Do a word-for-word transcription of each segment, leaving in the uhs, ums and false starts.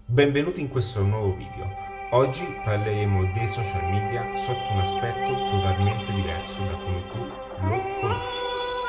Benvenuti in questo nuovo video. Oggi parleremo dei social media sotto un aspetto totalmente diverso da come tu lo conosci.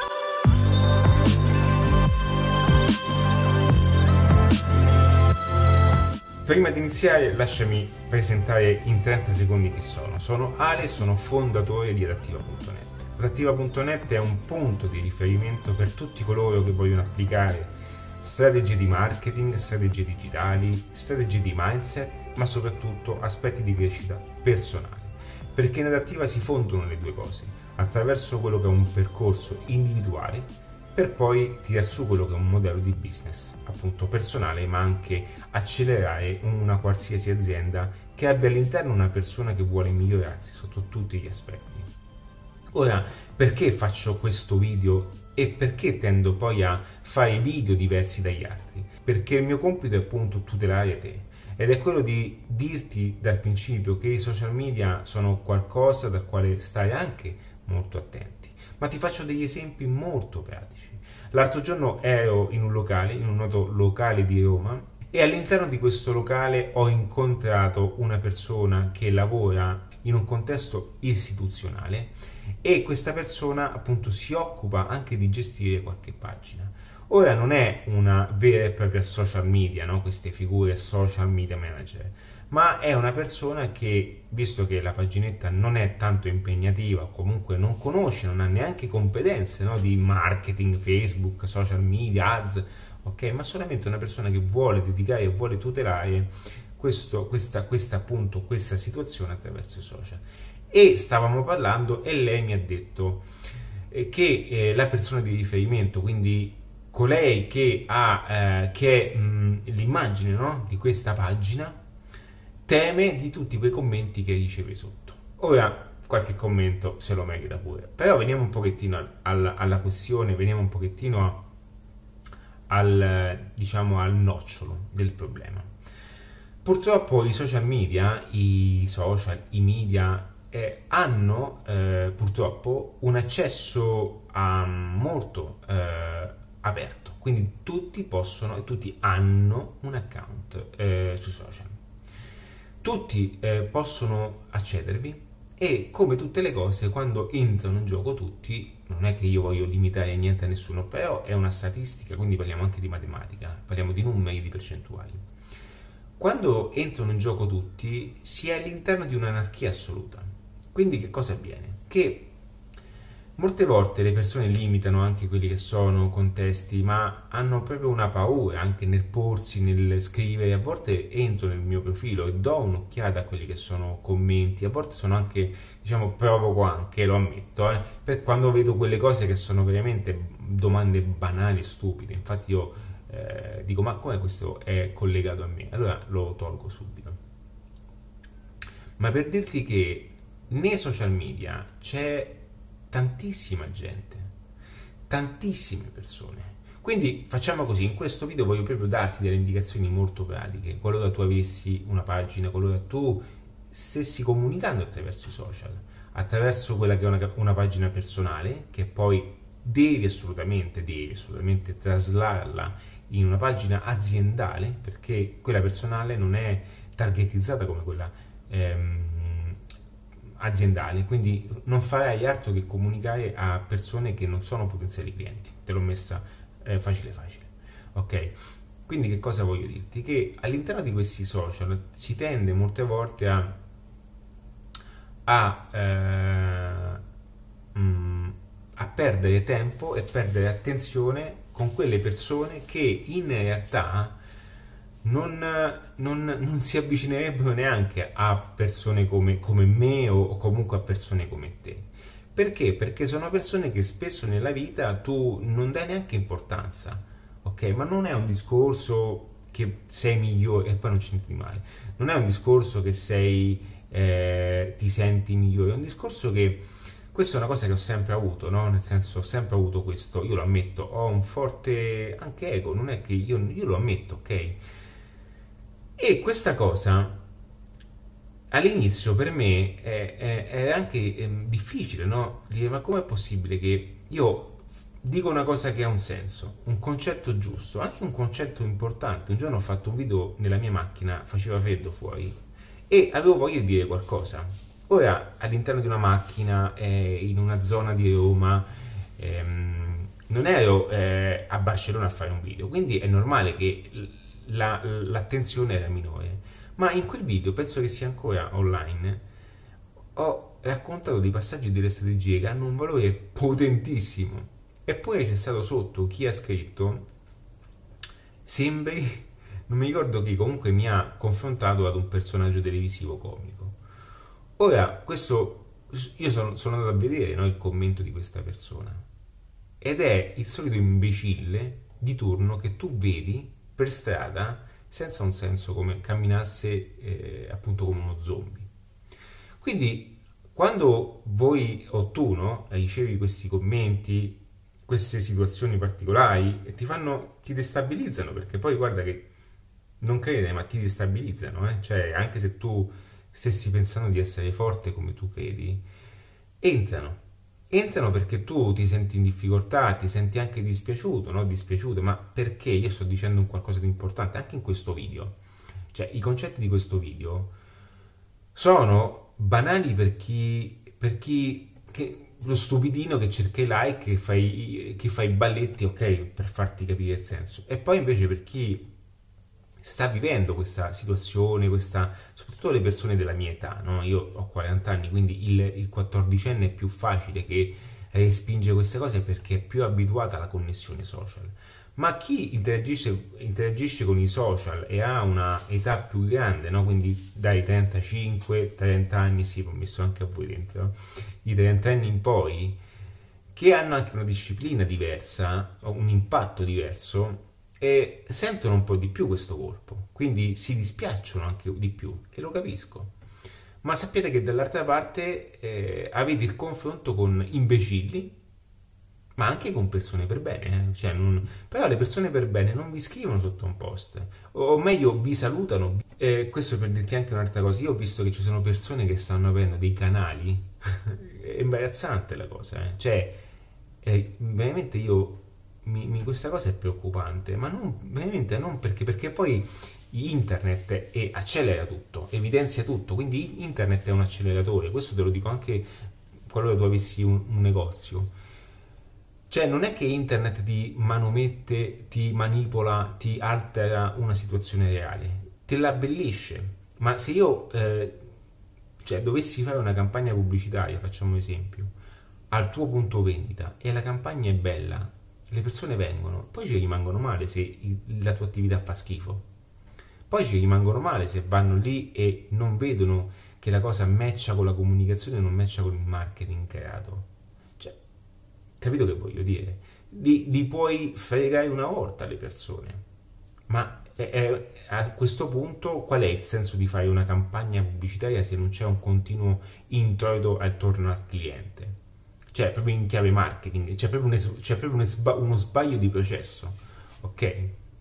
Prima di iniziare lasciami presentare in trenta secondi chi sono. Sono Ale, sono fondatore di Adattiva punto net. Adattiva punto net è un punto di riferimento per tutti coloro che vogliono applicare strategie di marketing, strategie digitali, strategie di mindset, ma soprattutto aspetti di crescita personale. Perché in Adattiva si fondono le due cose, attraverso quello che è un percorso individuale, per poi tirar su quello che è un modello di business, appunto personale, ma anche accelerare una qualsiasi azienda che abbia all'interno una persona che vuole migliorarsi sotto tutti gli aspetti. Ora, perché faccio questo video e perché tendo poi a fare video diversi dagli altri? Perché il mio compito è appunto tutelare te ed è quello di dirti dal principio che i social media sono qualcosa dal quale stare anche molto attenti. Ma ti faccio degli esempi molto pratici. L'altro giorno ero in un locale, in un noto locale di Roma, e all'interno di questo locale ho incontrato una persona che lavora in un contesto istituzionale e questa persona appunto si occupa anche di gestire qualche pagina. Ora non è una vera e propria social media, no? Queste figure social media manager, ma è una persona che, visto che la paginetta non è tanto impegnativa, comunque non conosce, non ha neanche competenze, no? Di marketing, Facebook, social media, ads, ok? Ma solamente una persona che vuole dedicare e vuole tutelare questo, questa, questa, appunto, questa situazione attraverso i social. E stavamo parlando e lei mi ha detto eh, che eh, la persona di riferimento, quindi colei che ha eh, che è mh, l'immagine, no? Di questa pagina, teme di tutti quei commenti che riceve sotto. Ora qualche commento se lo merita pure, però veniamo un pochettino al, al, alla questione, veniamo un pochettino a, al diciamo al nocciolo del problema. Purtroppo i social media, i social, i media eh, hanno eh, purtroppo un accesso a molto eh, aperto, quindi tutti possono e tutti hanno un account eh, sui social. Tutti eh, possono accedervi e, come tutte le cose, quando entrano in gioco tutti, non è che io voglio limitare niente a nessuno, però è una statistica, quindi parliamo anche di matematica, parliamo di numeri, di percentuali. Quando entrano in gioco tutti si è all'interno di un'anarchia assoluta. Quindi che cosa avviene? Che molte volte le persone limitano anche quelli che sono contesti, ma hanno proprio una paura anche nel porsi, nel scrivere. A volte entro nel mio profilo e do un'occhiata a quelli che sono commenti, a volte sono anche, diciamo, provoco anche, lo ammetto, eh, per quando vedo quelle cose che sono veramente domande banali e stupide. Infatti io eh, dico, ma come questo è collegato a me? Allora lo tolgo subito. Ma per dirti che nei social media c'è tantissima gente, tantissime persone. Quindi facciamo così, in questo video voglio proprio darti delle indicazioni molto pratiche, qualora tu avessi una pagina, qualora tu stessi comunicando attraverso i social, attraverso quella che è una, una pagina personale, che poi devi assolutamente, devi assolutamente traslarla in una pagina aziendale, perché quella personale non è targetizzata come quella ehm, aziendali, quindi non farai altro che comunicare a persone che non sono potenziali clienti. Te l'ho messa eh, facile facile, ok? Quindi che cosa voglio dirti? Che all'interno di questi social si tende molte volte a a, eh, mm, a perdere tempo e perdere attenzione con quelle persone che in realtà Non, non, non si avvicinerebbero neanche a persone come, come me o, o comunque a persone come te. Perché? Perché sono persone che spesso nella vita tu non dai neanche importanza, ok? Ma non è un discorso che sei migliore, e poi non c'è niente di male, non è un discorso che sei, eh, ti senti migliore, è un discorso che, questa è una cosa che ho sempre avuto, no? Nel senso, ho sempre avuto questo, io lo ammetto, ho un forte anche ego, non è che io, io lo ammetto, ok? E questa cosa all'inizio per me è, è, è anche è difficile, no? Dire, ma com'è possibile che io dico una cosa che ha un senso, un concetto giusto, anche un concetto importante. Un giorno ho fatto un video nella mia macchina, faceva freddo fuori e avevo voglia di dire qualcosa. Ora, all'interno di una macchina, eh, in una zona di Roma, ehm, non ero eh, a Barcellona a fare un video, quindi è normale che la, l'attenzione era minore. Ma in quel video, penso che sia ancora online, ho raccontato dei passaggi e delle strategie che hanno un valore potentissimo. Eppure c'è stato sotto chi ha scritto, sembri, non mi ricordo chi, comunque mi ha confrontato ad un personaggio televisivo comico. Ora, questo, io sono, sono andato a vedere, no, il commento di questa persona, ed è il solito imbecille di turno che tu vedi per strada senza un senso, come camminasse eh, appunto come uno zombie. Quindi quando voi o tu, no, ricevi questi commenti, queste situazioni particolari, e ti fanno, ti destabilizzano, perché poi guarda che non crede, ma ti destabilizzano, eh? Cioè anche se tu stessi pensando di essere forte come tu credi, entrano. Entrano perché tu ti senti in difficoltà, ti senti anche dispiaciuto, no? Dispiaciuto, ma perché io sto dicendo un qualcosa di importante anche in questo video. Cioè, i concetti di questo video sono banali per chi, per chi che, lo stupidino che cerca i like, che fa i, che fa i balletti, ok, per farti capire il senso. E poi invece per chi sta vivendo questa situazione, questa, soprattutto le persone della mia età, no? Io ho quaranta anni, quindi il, il quattordicenne è più facile che respinge queste cose perché è più abituata alla connessione social. Ma chi interagisce, interagisce con i social e ha una età più grande, no? Quindi dai trentacinque trenta anni, sì, ho messo anche a voi dentro, i trenta anni in poi, che hanno anche una disciplina diversa, un impatto diverso, e sentono un po' di più questo colpo, quindi si dispiacciono anche di più, e lo capisco. Ma sappiate che dall'altra parte eh, avete il confronto con imbecilli, ma anche con persone per bene, eh? Cioè non... però le persone per bene non vi scrivono sotto un post, o meglio vi salutano. Eh, questo per dirti anche un'altra cosa, io ho visto che ci sono persone che stanno aprendo dei canali, è imbarazzante la cosa, eh? Cioè eh, veramente io Mi, mi, questa cosa è preoccupante, ma non, veramente non perché, perché poi internet è, accelera tutto, evidenzia tutto, quindi internet è un acceleratore, questo te lo dico anche qualora tu avessi un, un negozio. Cioè non è che internet ti manomette, ti manipola, ti altera una situazione reale, te la abbellisce. Ma se io eh, cioè, dovessi fare una campagna pubblicitaria, facciamo un esempio, al tuo punto vendita, e la campagna è bella, le persone vengono, poi ci rimangono male se la tua attività fa schifo, poi ci rimangono male se vanno lì e non vedono che la cosa matcha con la comunicazione, non matcha con il marketing creato. Cioè, capito che voglio dire? Li, li puoi fregare una volta le persone, ma è, è, a questo punto qual è il senso di fare una campagna pubblicitaria se non c'è un continuo introito attorno al cliente? Cioè, proprio in chiave marketing, c'è proprio, un, c'è proprio un, uno sbaglio di processo, ok?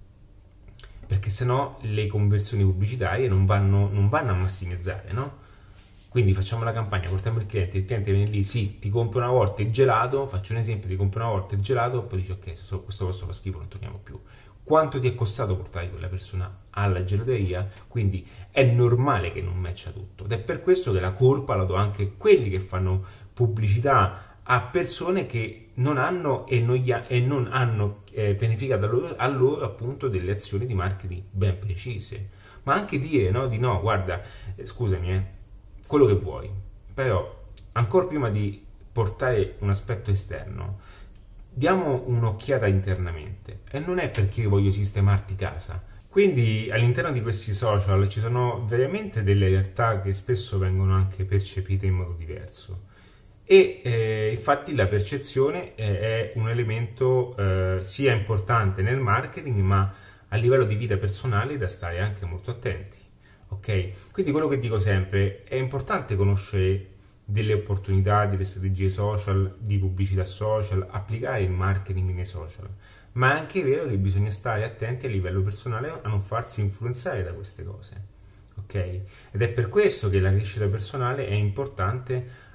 Perché sennò le conversioni pubblicitarie non vanno, non vanno a massimizzare, no? Quindi facciamo la campagna, portiamo il cliente, il cliente viene lì, sì, ti compra una volta il gelato, faccio un esempio, ti compra una volta il gelato, poi dici ok, questo posto fa schifo, non torniamo più. Quanto ti è costato portare quella persona alla gelateria? Quindi è normale che non matcha tutto, ed è per questo che la colpa la do anche a quelli che fanno pubblicità a persone che non hanno e non, ha, e non hanno eh, pianificato a loro, a loro appunto delle azioni di marketing ben precise. Ma anche dire, no, di no, guarda, eh, scusami, eh, quello che vuoi, però ancora prima di portare un aspetto esterno, diamo un'occhiata internamente, e non è perché io voglio sistemarti casa. Quindi all'interno di questi social ci sono veramente delle realtà che spesso vengono anche percepite in modo diverso. E eh, infatti la percezione è un elemento eh, sia importante nel marketing, ma a livello di vita personale da stare anche molto attenti, ok? Quindi quello che dico sempre, è importante conoscere delle opportunità, delle strategie social, di pubblicità social, applicare il marketing nei social, ma è anche vero che bisogna stare attenti a livello personale a non farsi influenzare da queste cose, ok? Ed è per questo che la crescita personale è importante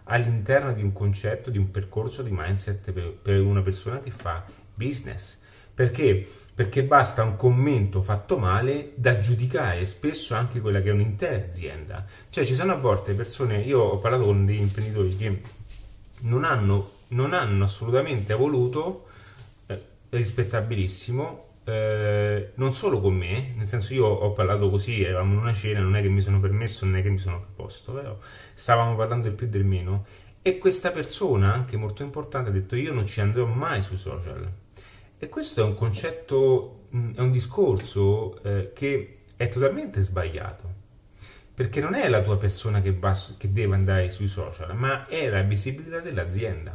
all'interno di un concetto, di un percorso di mindset per, per una persona che fa business. Perché? Perché basta un commento fatto male da giudicare spesso anche quella che è un'intera azienda. Cioè ci sono a volte persone, io ho parlato con degli imprenditori che non hanno, non hanno assolutamente voluto, eh, rispettabilissimo, eh, non solo con me, nel senso io ho parlato così, eravamo in una cena, non è che mi sono permesso, non è che mi sono proposto, però stavamo parlando del più e del meno, e questa persona, anche molto importante, ha detto io non ci andrò mai sui social. E questo è un concetto, è un discorso eh, che è totalmente sbagliato, perché non è la tua persona che, va, che deve andare sui social, ma è la visibilità dell'azienda,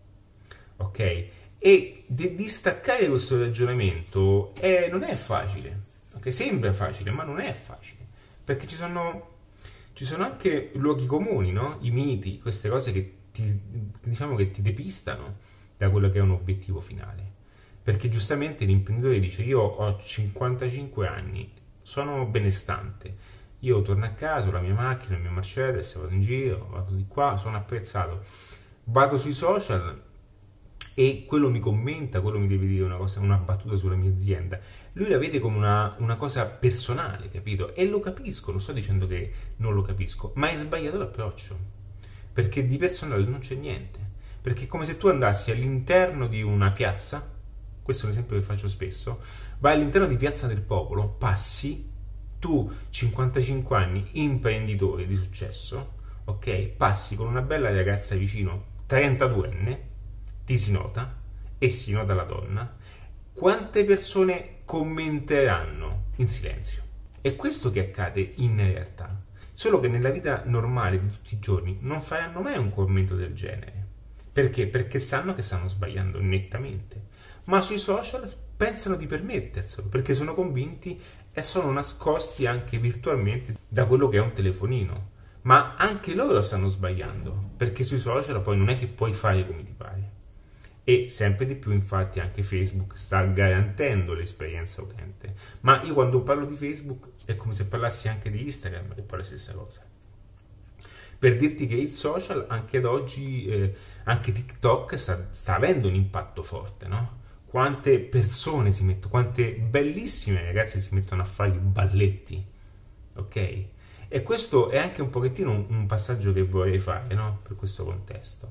ok? E di distaccare questo ragionamento è, non è facile, okay? Sembra facile, ma non è facile, perché ci sono, ci sono anche luoghi comuni, no? I miti, queste cose che ti, diciamo che ti depistano da quello che è un obiettivo finale. Perché giustamente l'imprenditore dice io ho cinquantacinque anni, sono benestante, io torno a casa, ho la mia macchina, il mio Mercedes, vado in giro, vado di qua, sono apprezzato, vado sui social e quello mi commenta, quello mi deve dire una cosa, una battuta sulla mia azienda. Lui la vede come una, una cosa personale, capito? E lo capisco, non sto dicendo che non lo capisco, ma è sbagliato l'approccio, perché di personale non c'è niente, perché è come se tu andassi all'interno di una piazza. Questo è un esempio che faccio spesso, vai all'interno di Piazza del Popolo, passi, tu cinquantacinque anni, imprenditore di successo, ok? Passi con una bella ragazza vicino, trentaduenne, ti si nota, e si nota la donna, quante persone commenteranno in silenzio? È questo che accade in realtà, solo che nella vita normale di tutti i giorni non faranno mai un commento del genere. Perché? Perché sanno che stanno sbagliando nettamente. Ma sui social pensano di permetterselo perché sono convinti e sono nascosti anche virtualmente da quello che è un telefonino. Ma anche loro stanno sbagliando perché sui social poi non è che puoi fare come ti pare. E sempre di più infatti anche Facebook sta garantendo l'esperienza utente. Ma io quando parlo di Facebook è come se parlassi anche di Instagram, che poi è la stessa cosa. Per dirti che il social anche ad oggi, eh, anche TikTok sta, sta avendo un impatto forte, no? Quante persone si mettono, quante bellissime ragazze si mettono a fare i balletti, ok? E questo è anche un pochettino un, un passaggio che vorrei fare, no? Per questo contesto.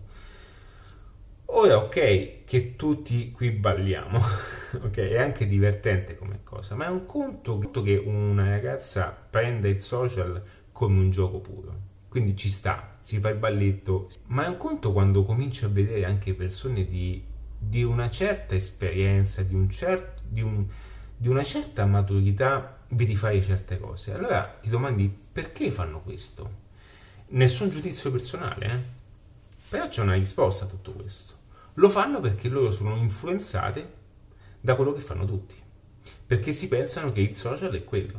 Ora, ok, che tutti qui balliamo, ok? È anche divertente come cosa, ma è un conto che una ragazza prenda il social come un gioco puro. Quindi ci sta, si fa il balletto, ma è un conto quando cominci a vedere anche persone di di una certa esperienza, di, un certo, di, un, di una certa maturità, vedi fare certe cose. Allora ti domandi perché fanno questo? Nessun giudizio personale, eh? Però c'è una risposta a tutto questo. Lo fanno perché loro sono influenzate da quello che fanno tutti, perché si pensano che il social è quello.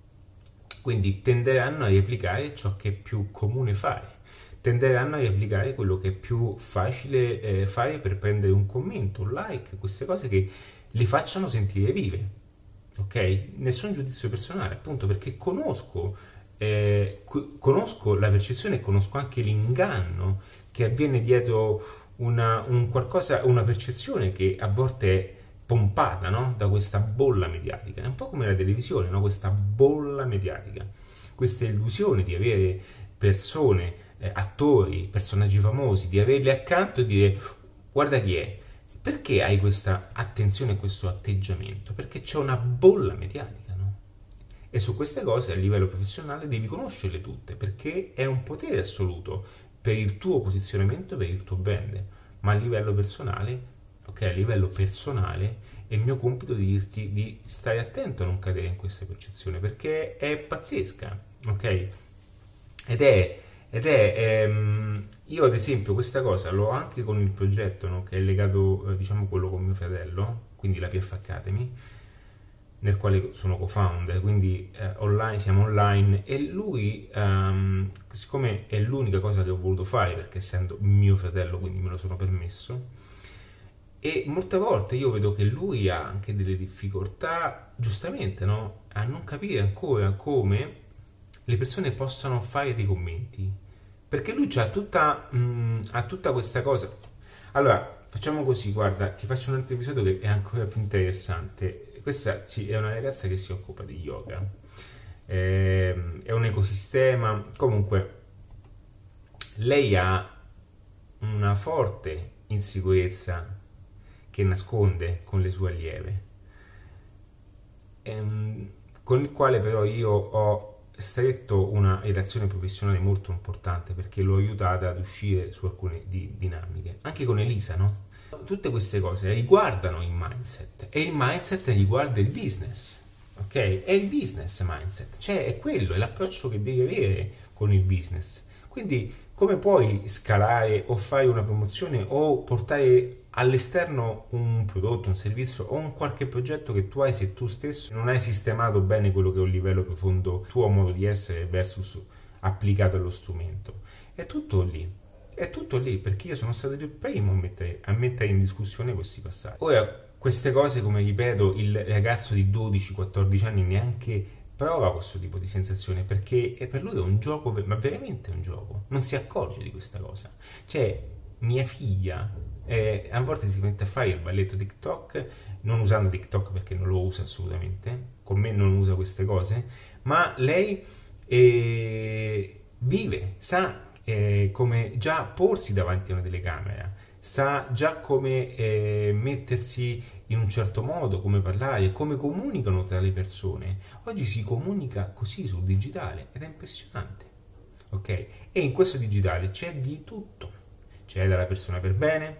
Quindi tenderanno a replicare ciò che è più comune fare. Tenderanno a replicare quello che è più facile eh, fare per prendere un commento, un like, queste cose che li facciano sentire vive, ok? Nessun giudizio personale, appunto perché conosco, eh, conosco la percezione e conosco anche l'inganno che avviene dietro una, un qualcosa, una percezione che a volte è pompata, no? Da questa bolla mediatica, è un po' come la televisione, no? Questa bolla mediatica, questa illusione di avere persone, Eh, attori, personaggi famosi, di averli accanto e dire guarda chi è. Perché hai questa attenzione e questo atteggiamento? Perché c'è una bolla mediatica, no? E su queste cose a livello professionale devi conoscerle tutte, perché è un potere assoluto per il tuo posizionamento, per il tuo brand. Ma a livello personale, ok, a livello personale è il mio compito di dirti di stare attento a non cadere in questa percezione, perché è pazzesca, ok? Ed è Ed è, ehm, io ad esempio questa cosa l'ho anche con il progetto, no? Che è legato, eh, diciamo, quello con mio fratello, quindi la P F Academy, nel quale sono co-founder, quindi eh, online, siamo online, e lui, ehm, siccome è l'unica cosa che ho voluto fare, perché essendo mio fratello, quindi me lo sono permesso, e molte volte io vedo che lui ha anche delle difficoltà, giustamente, no? A non capire ancora come le persone possano fare dei commenti, perché lui c'ha tutta, mh, ha tutta questa cosa. Allora, facciamo così, guarda, ti faccio un altro episodio che è ancora più interessante. Questa è una ragazza che si occupa di yoga, eh, è un ecosistema, comunque lei ha una forte insicurezza che nasconde con le sue allieve, ehm, con il quale però io ho stretto una relazione professionale molto importante, perché l'ho aiutata ad uscire su alcune di, dinamiche, anche con Elisa, no? Tutte queste cose riguardano il mindset, e il mindset riguarda il business, ok? È il business mindset, cioè è quello, è l'approccio che devi avere con il business. Quindi come puoi scalare o fare una promozione o portare all'esterno un prodotto, un servizio o un qualche progetto che tu hai, se tu stesso non hai sistemato bene quello che è un livello profondo tuo modo di essere versus applicato allo strumento? È tutto lì, è tutto lì, perché io sono stato il primo a mettere, a mettere in discussione questi passaggi. Ora, queste cose, come ripeto, il ragazzo di dodici quattordici anni neanche prova questo tipo di sensazione, perché per lui è un gioco, ma veramente è un gioco, non si accorge di questa cosa. Cioè, mia figlia eh, a volte si mette a fare il balletto TikTok, non usando TikTok perché non lo usa assolutamente, con me non usa queste cose, ma lei eh, vive, sa eh, come già porsi davanti a una telecamera, sa già come eh, mettersi in un certo modo, come parlare, come comunicano tra le persone. Oggi si comunica così sul digitale ed è impressionante, ok? E in questo digitale c'è di tutto, c'è dalla persona per bene,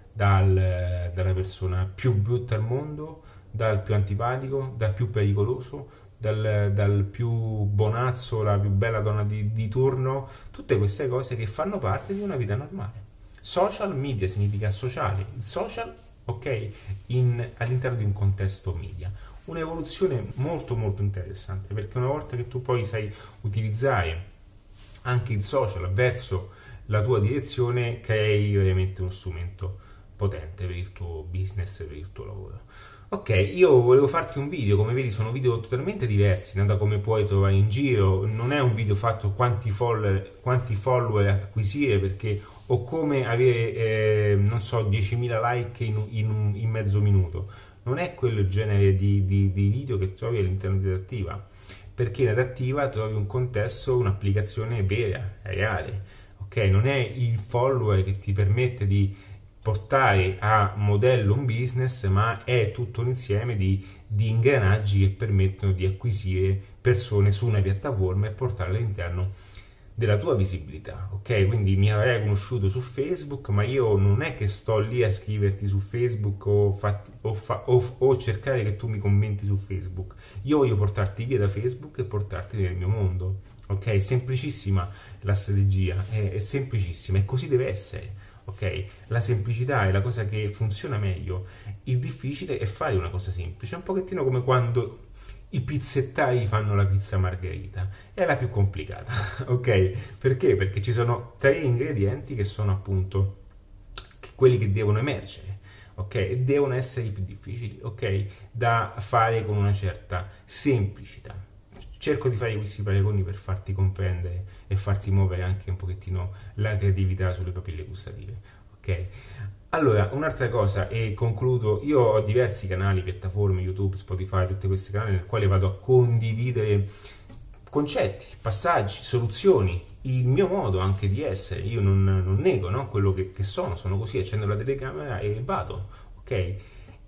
dal, dalla persona più brutta al mondo, dal più antipatico, dal più pericoloso, dal, dal più bonazzo, la più bella donna di, di turno, tutte queste cose che fanno parte di una vita normale. Social media significa sociale, il social, ok, in, all'interno di un contesto media. Un'evoluzione molto molto interessante, perché una volta che tu poi sai utilizzare anche il social verso la tua direzione, crei veramente uno strumento potente per il tuo business, per il tuo lavoro. Ok, io volevo farti un video, come vedi sono video totalmente diversi, non da come puoi trovare in giro, non è un video fatto quanti follower, quanti follower acquisire, perché o come avere, eh, non so, diecimila like in, in, in mezzo minuto. Non è quello il genere di, di, di video che trovi all'interno di Adattiva, perché in Adattiva trovi un contesto, un'applicazione vera, reale, ok? Non è il follower che ti permette di portare a modello un business, ma è tutto un insieme di, di ingranaggi che permettono di acquisire persone su una piattaforma e portarle all'interno della tua visibilità, ok? Quindi mi avrai conosciuto su Facebook, ma io non è che sto lì a scriverti su Facebook o, fatti, o, fa, o, o cercare che tu mi commenti su Facebook. Io voglio portarti via da Facebook e portarti nel mio mondo, ok? È semplicissima la strategia, è, è semplicissima e così deve essere. Ok, la semplicità è la cosa che funziona meglio, il difficile è fare una cosa semplice, è un pochettino come quando i pizzettai fanno la pizza margherita, è la più complicata, ok? Perché? Perché ci sono tre ingredienti che sono appunto quelli che devono emergere, ok? E devono essere i più difficili, ok? Da fare con una certa semplicità. Cerco di fare questi paragoni per farti comprendere e farti muovere anche un pochettino la creatività sulle papille gustative, ok? Allora, un'altra cosa, e concludo, io ho diversi canali, piattaforme, YouTube, Spotify, tutti questi canali nel quale vado a condividere concetti, passaggi, soluzioni, il mio modo anche di essere. Io non, non nego, no? Quello che, che sono, sono così, accendo la telecamera e vado, ok? E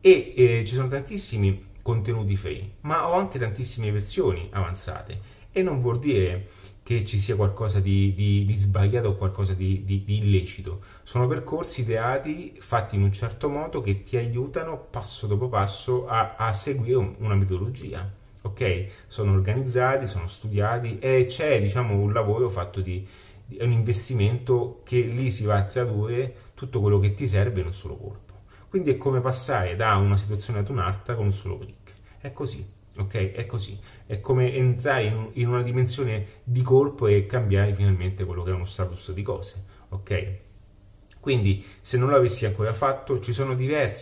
eh, ci sono tantissimi contenuti free, ma ho anche tantissime versioni avanzate, e non vuol dire che ci sia qualcosa di, di, di sbagliato o qualcosa di, di, di illecito. Sono percorsi ideati, fatti in un certo modo, che ti aiutano passo dopo passo a, a seguire una metodologia, ok? Sono organizzati, sono studiati e c'è, diciamo, un lavoro fatto di, di un investimento che lì si va a tradurre tutto quello che ti serve in un solo colpo. Quindi è come passare da una situazione ad un'altra con un solo click. È così, ok? È così. È come entrare in, in una dimensione di colpo e cambiare finalmente quello che è uno status di cose, ok? Quindi, se non l'avessi ancora fatto, ci sono diversi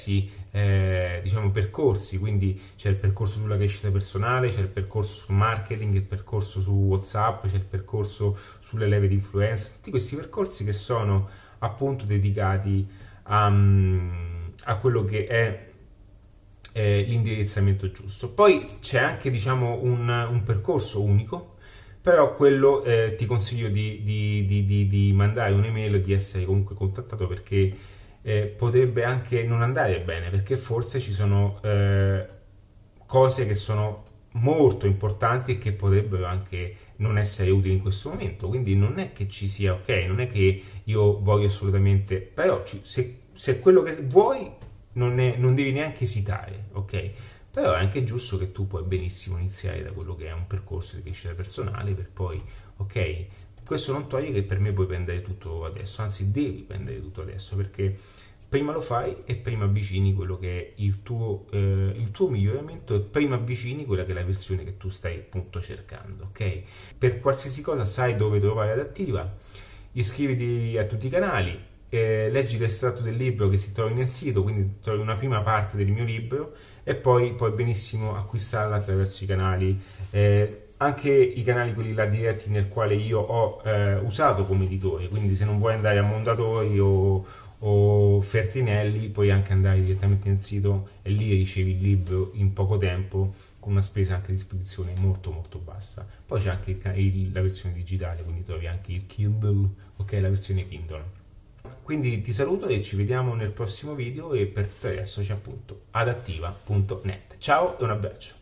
eh, diciamo percorsi, quindi c'è il percorso sulla crescita personale, c'è il percorso sul marketing, il percorso su WhatsApp, c'è il percorso sulle leve di influenza, tutti questi percorsi che sono appunto dedicati a, a quello che è eh, l'indirizzamento giusto. Poi c'è anche, diciamo, un, un percorso unico, però quello eh, ti consiglio di, di, di, di, di mandare un'email e di essere comunque contattato, perché eh, potrebbe anche non andare bene, perché forse ci sono eh, cose che sono molto importanti e che potrebbero anche non essere utili in questo momento. Quindi non è che ci sia, ok, non è che io voglio assolutamente, però ci, se, se quello che vuoi non, è, non devi neanche esitare, ok? Però è anche giusto che tu puoi benissimo iniziare da quello che è un percorso di crescita personale, per poi, ok, questo non toglie che per me puoi prendere tutto adesso, anzi devi prendere tutto adesso, perché prima lo fai e prima avvicini quello che è il tuo, eh, il tuo miglioramento, e prima avvicini quella che è la versione che tu stai appunto cercando, ok? Per qualsiasi cosa sai dove trovare Adattiva, iscriviti a tutti i canali, eh, leggi l'estratto del libro che si trova nel sito, quindi trovi una prima parte del mio libro, e poi puoi benissimo acquistarla attraverso i canali, eh, anche i canali quelli là diretti nel quale io ho eh, usato come editore. Quindi se non vuoi andare a Mondadori o, o Fertinelli, puoi anche andare direttamente nel sito e lì ricevi il libro in poco tempo, con una spesa anche di spedizione molto molto bassa. Poi c'è anche il, il, la versione digitale, quindi trovi anche il Kindle, ok, la versione Kindle. Quindi ti saluto e ci vediamo nel prossimo video, e per tutto adesso c'è appunto adattiva punto net. Ciao e un abbraccio.